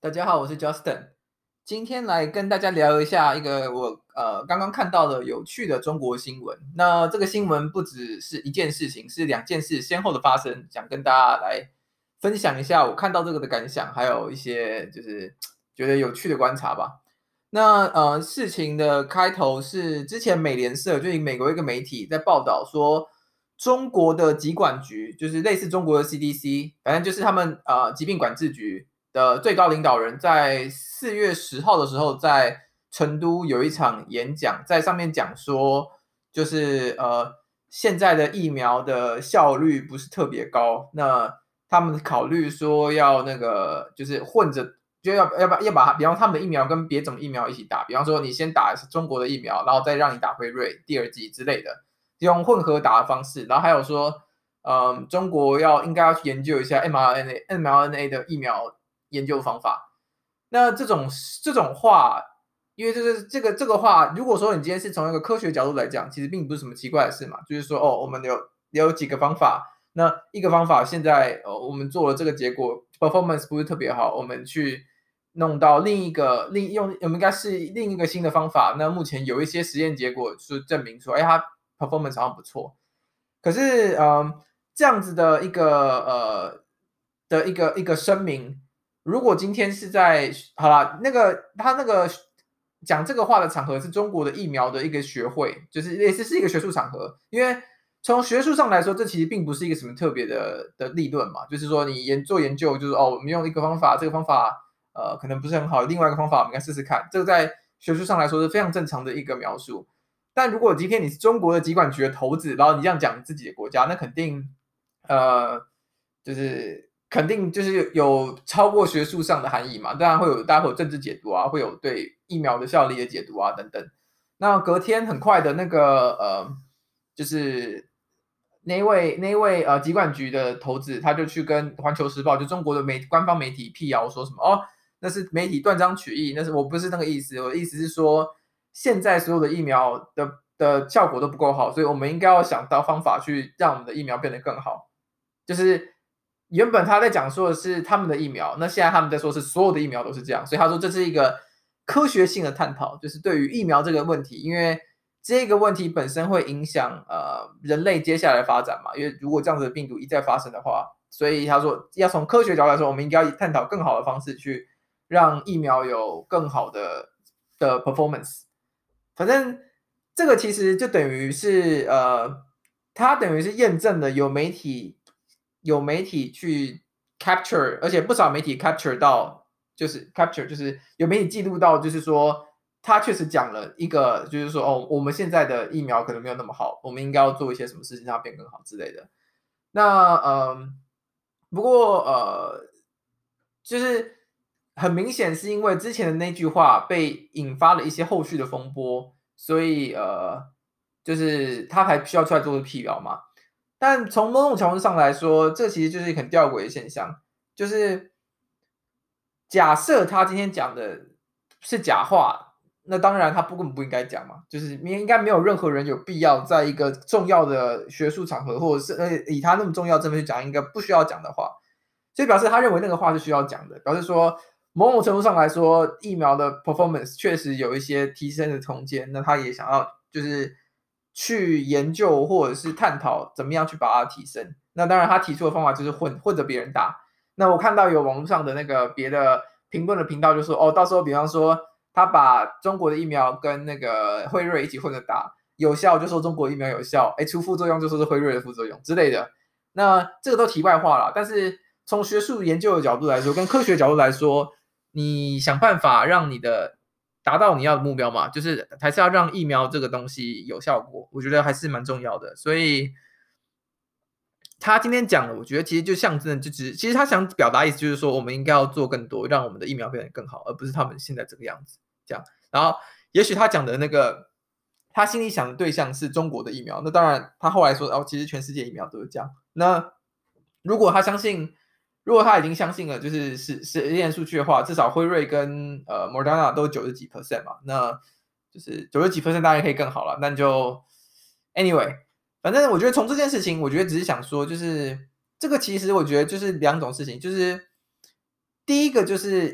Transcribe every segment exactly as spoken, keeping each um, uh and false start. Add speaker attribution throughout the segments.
Speaker 1: 大家好，我是 Justin，今天来跟大家聊一下一个我呃刚刚看到的有趣的中国新闻。那这个新闻不只是一件事情，是两件事先后的发生，想跟大家来分享一下我看到这个的感想，还有一些就是觉得有趣的观察吧。那呃，事情的开头是之前美联社，就是美国一个媒体在报道说，中国的疾管局，就是类似中国的 C D C，反正就是他们呃疾病管制局的最高领导人，在四月十号的时候，在成都有一场演讲，在上面讲说，就是呃现在的疫苗的效率不是特别高，那他们考虑说要那个就是混着。就要要把要把比方他们的疫苗跟别种疫苗一起打，比方说你先打中国的疫苗，然后再让你打辉瑞第二剂之类的，用混合打的方式。然后还有说，嗯，中国要应该要去研究一下 mRNA mRNA 的疫苗研究方法。那这种这种话，因为这个这个这个话，如果说你今天是从一个科学角度来讲，其实并不是什么奇怪的事嘛，就是说哦，我们有有几个方法。那一个方法现在呃我们做了这个结果 performance 不是特别好，我们去弄到另一个另用我们应该是另一个新的方法。那目前有一些实验结果是证明说，哎，它 performance 好像不错。可是，嗯，这样子的一个呃的一个一个声明，如果今天是在好啦，那个他那个讲这个话的场合是中国的疫苗的一个学会，就是类似是一个学术场合。因为从学术上来说，这其实并不是一个什么特别的的立论嘛，就是说你研做研究，就是哦，我们用一个方法，这个方法呃可能不是很好，另外一个方法我们应该试试看。这个在学术上来说是非常正常的一个描述。但如果今天你是中国的疾管局的头子，然后你这样讲自己的国家，那肯定呃就是肯定就是有超过学术上的含义嘛。当然会有大家会有政治解读啊，会有对疫苗的效力的解读啊等等。那隔天很快的那个呃就是那一位那一位呃疾管局的头子，他就去跟环球时报就中国的媒官方媒体辟谣说什么哦，那是媒体断章取义，那是我不是那个意思，我的意思是说，现在所有的疫苗的的效果都不够好，所以我们应该要想到方法去让我们的疫苗变得更好。就是原本他在讲说的是他们的疫苗，那现在他们在说是所有的疫苗都是这样，所以他说这是一个科学性的探讨，就是对于疫苗这个问题，因为这个问题本身会影响呃人类接下来的发展嘛，因为如果这样子的病毒一再发生的话，所以他说要从科学角度来说，我们应该要探讨更好的方式去让疫苗有更好的的 performance。反正这个其实就等于是呃，它等于是验证了有媒体有媒体去 capture，而且不少媒体 capture 到，就是 capture 就是有媒体记录到，就是说他确实讲了一个，就是说哦，我们现在的疫苗可能没有那么好，我们应该要做一些什么事情让它变更好之类的。那嗯，不过呃，就是很明显是因为之前的那句话被引发了一些后续的风波，所以呃，就是他才需要出来做辟谣嘛。但从某种程度上来说，这其实就是一个很吊诡的现象，就是假设他今天讲的是假话，那当然他不根本不应该讲嘛，就是应该没有任何人有必要在一个重要的学术场合，或者是呃以他那么重要的身份去讲一个不需要讲的话。所以表示他认为那个话是需要讲的，表示说某种程度上来说，疫苗的 performance 确实有一些提升的空间。那他也想要就是去研究或者是探讨怎么样去把它提升。那当然他提出的方法就是混混着别人打。那我看到有网络上的那个别的评论的频道就说，哦，到时候比方说他把中国的疫苗跟那个辉瑞一起混着打，有效就说中国疫苗有效，哎，出副作用就说是辉瑞的副作用之类的。那这个都题外话了，但是从学术研究的角度来说，跟科学角度来说，你想办法让你的达到你要的目标嘛，就是还是要让疫苗这个东西有效果，我觉得还是蛮重要的。所以他今天讲了，我觉得其实就象征的就只，其实他想表达意思就是说，我们应该要做更多，让我们的疫苗变得更好，而不是他们现在这个样子。这样，然后也许他讲的那个，他心里想的对象是中国的疫苗，那当然他后来说哦，其实全世界疫苗都是这样。那如果他相信，如果他已经相信了就是实实验数据的话，至少辉瑞跟呃 Moderna 都九十几 percent 嘛，那就是九十几 percent 当然可以更好了。那就 anyway。反正我觉得从这件事情，我觉得只是想说，就是这个其实我觉得就是两种事情，就是第一个就是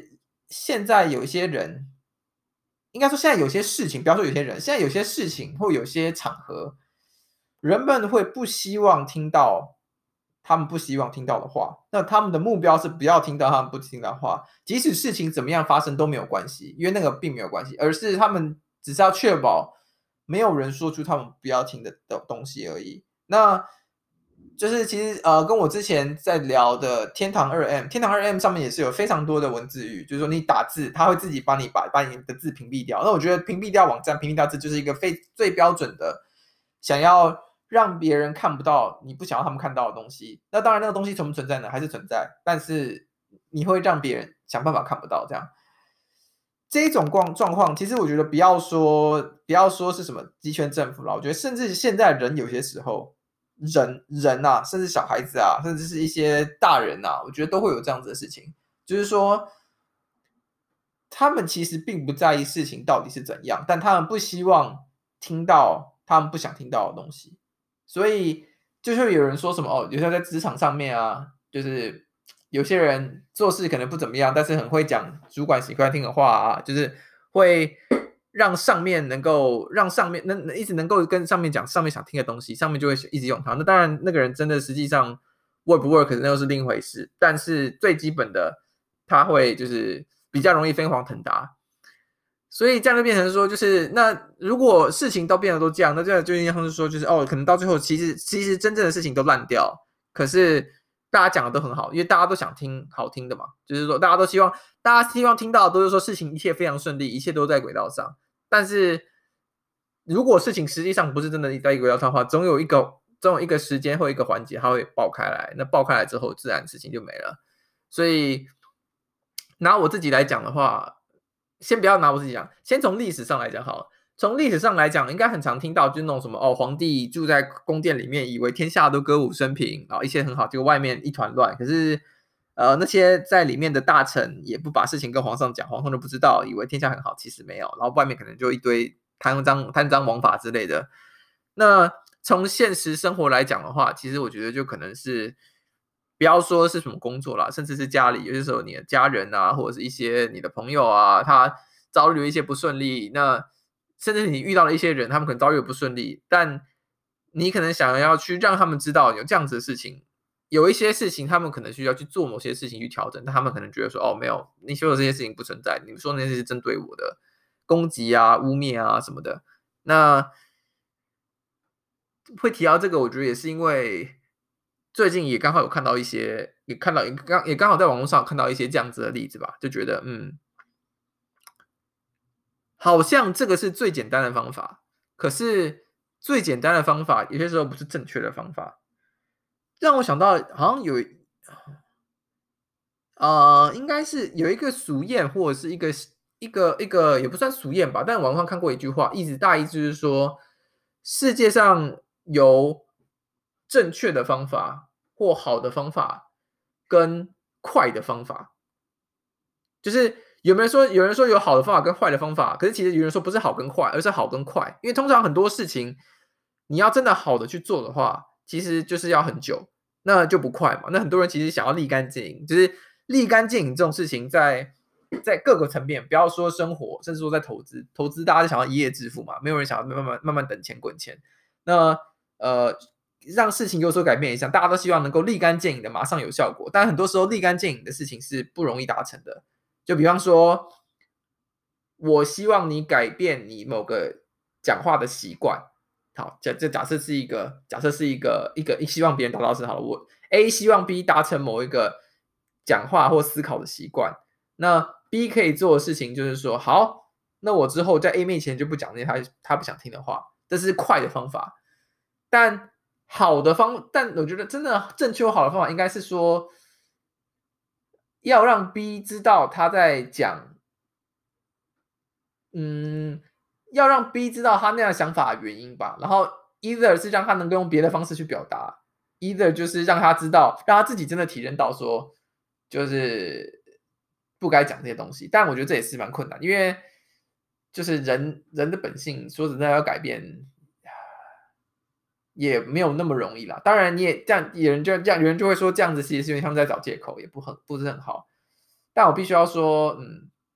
Speaker 1: 现在有一些人，应该说现在有些事情，不要说有些人，现在有些事情或有些场合，人们会不希望听到他们不希望听到的话，那他们的目标是不要听到他们不听到的话，即使事情怎么样发生都没有关系，因为那个并没有关系，而是他们只是要确保没有人说出他们不要听的东西而已。那就是其实呃，跟我之前在聊的天堂 二 M， 天堂 二 M 上面也是有非常多的文字狱，就是说你打字，它会自己帮你把把你的字屏蔽掉。那我觉得屏蔽掉网站、屏蔽掉字就是一个非最标准的，想要让别人看不到你不想要他们看到的东西。那当然，那个东西存不存在呢？还是存在，但是你会让别人想办法看不到这样。这一种状状况，其实我觉得不要说不要说是什么集权政府了，我觉得甚至现在人有些时候。人人啊，甚至小孩子啊，甚至是一些大人啊，我觉得都会有这样子的事情，就是说，他们其实并不在意事情到底是怎样，但他们不希望听到他们不想听到的东西，所以就是有人说什么哦，有时候在职场上面啊，就是有些人做事可能不怎么样，但是很会讲主管喜欢听的话啊，就是会。让上面能够让上面能一直能够跟上面讲上面想听的东西，上面就会一直用它。那当然，那个人真的实际上 work 不 work 那又是另一回事。但是最基本的，他会就是比较容易飞黄腾达。所以这样就变成说，就是那如果事情都变得都这样，那这样就应该是说，就是哦，可能到最后其实其实真正的事情都烂掉，可是大家讲的都很好，因为大家都想听好听的嘛，就是说大家都希望大家希望听到的都是说事情一切非常顺利，一切都在轨道上。但是如果事情实际上不是真的在轨道上的话，总有一个总有一个时间或一个环节它会爆开来，那爆开来之后，自然事情就没了。所以拿我自己来讲的话，先不要拿我自己讲，先从历史上来讲好了。从历史上来讲，应该很常听到就是那种什么哦，皇帝住在宫殿里面，以为天下都歌舞升平，然后一切很好，结果外面一团乱。可是，呃，那些在里面的大臣也不把事情跟皇上讲，皇上都不知道，以为天下很好，其实没有。然后外面可能就一堆贪赃、贪赃枉法之类的。那从现实生活来讲的话，其实我觉得就可能是。不要说是什么工作啦，甚至是家里，有些时候你的家人啊，或者是一些你的朋友啊，他遭遇了一些不顺利，那甚至你遇到了一些人，他们可能遭遇不顺利，但你可能想要去让他们知道有这样子的事情，有一些事情他们可能需要去做某些事情去调整，但他们可能觉得说，哦，没有，你说的这些事情不存在，你们说那些是针对我的攻击啊、污蔑啊什么的，那会提到这个，我觉得也是因为。最近也刚好有看到一些，也看到也刚也刚好在网络上看到一些这样子的例子吧，就觉得嗯，好像这个是最简单的方法，可是最简单的方法有些时候不是正确的方法，让我想到好像有呃，应该是有一个俗谚或者是一个一个一个也不算俗谚吧，但网上看过一句话，意思大意就是说，世界上有正确的方法或好的方法跟快的方法，就是有没有说有人说有好的方法跟坏的方法，可是其实有人说不是好跟坏，而是好跟快，因为通常很多事情你要真的好的去做的话，其实就是要很久，那就不快嘛。那很多人其实想要立竿见影，就是立竿见影这种事情在，在各个层面，不要说生活，甚至说在投资，投资大家就想要一夜致富嘛，没有人想要慢慢慢慢等钱滚钱。那呃，让事情有所改变一下，大家都希望能够立竿见影的马上有效果，但很多时候立竿见影的事情是不容易达成的。就比方说，我希望你改变你某个讲话的习惯。好，假这假设是一个假设是一个一个希望别人达到是好了，我 A 希望 B 达成某一个讲话或思考的习惯，那 B 可以做的事情就是说，好，那我之后在 A 面前就不讲那些他他不想听的话，这是快的方法。但好的方，但我觉得真的正确好的方法应该是说，要让 B 知道他在讲，嗯，要让 B 知道他那样想法的原因吧。然后 either 是让他能够用别的方式去表达，either 就是让他知道，让他自己真的体认到说，就是不该讲这些东西。但我觉得这也是蛮困难，因为就是人人的本性，说实在要改变。也没有那么容易啦。当然，你也这样，有人就这样，有人就会说这样子其实是因为他们在找借口，也不很不是很好。但我必须要说，嗯，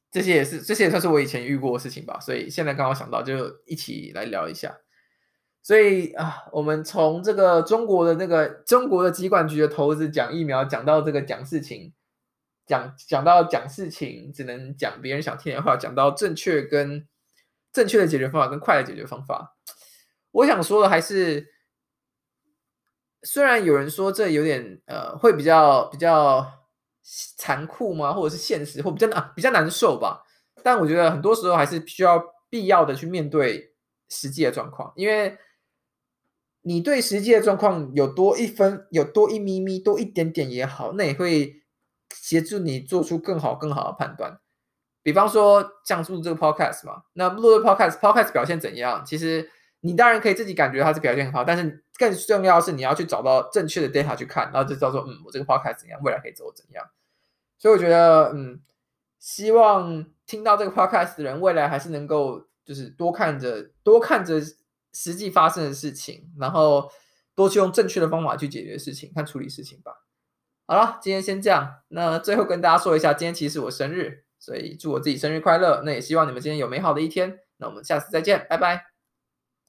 Speaker 1: 这些也是这些也算是我以前遇过的事情吧，所以现在刚好想到就一起来聊一下。所以啊，我们从这个中国的那个中国的疾管局的头子讲疫苗，讲到这个讲事情，讲讲到讲事情只能讲别人想听的话，讲到正确跟正确的解决方法跟快的解决方法。我想说的还是，虽然有人说这有点呃会比较比较残酷吗，或者是现实，或比较难比较难受吧。但我觉得很多时候还是需要必要的去面对实际的状况，因为你对实际的状况有多一分，有多一咪咪，多一点点也好，那也会协助你做出更好更好的判断。比方说像录这个 podcast 嘛，那录这个 podcast，podcast 表现怎样？其实你当然可以自己感觉它是表现很好，但是更重要的是你要去找到正确的 data 去看，然后就知道说，嗯，我这个 podcast 怎样，未来可以走怎样。所以我觉得，嗯，希望听到这个 podcast 的人，未来还是能够就是多看着多看着实际发生的事情，然后多去用正确的方法去解决事情，看处理事情吧。好了，今天先这样。那最后跟大家说一下，今天其实是我生日，所以祝我自己生日快乐。那也希望你们今天有美好的一天。那我们下次再见，拜拜。